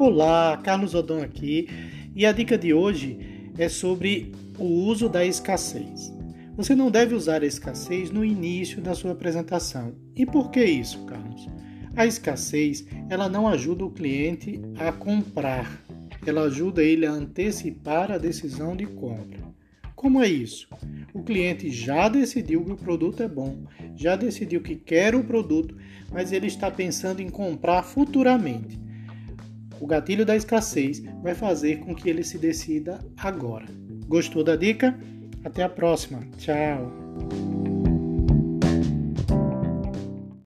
Olá, Carlos Odon aqui, e a dica de hoje é sobre o uso da escassez. Você não deve usar a escassez no início da sua apresentação. E por que isso, Carlos? A escassez, ela não ajuda o cliente a comprar, ela ajuda ele a antecipar a decisão de compra. Como é isso? O cliente já decidiu que o produto é bom, já decidiu que quer o produto, mas ele está pensando em comprar futuramente. O gatilho da escassez vai fazer com que ele se decida agora. Gostou da dica? Até a próxima. Tchau!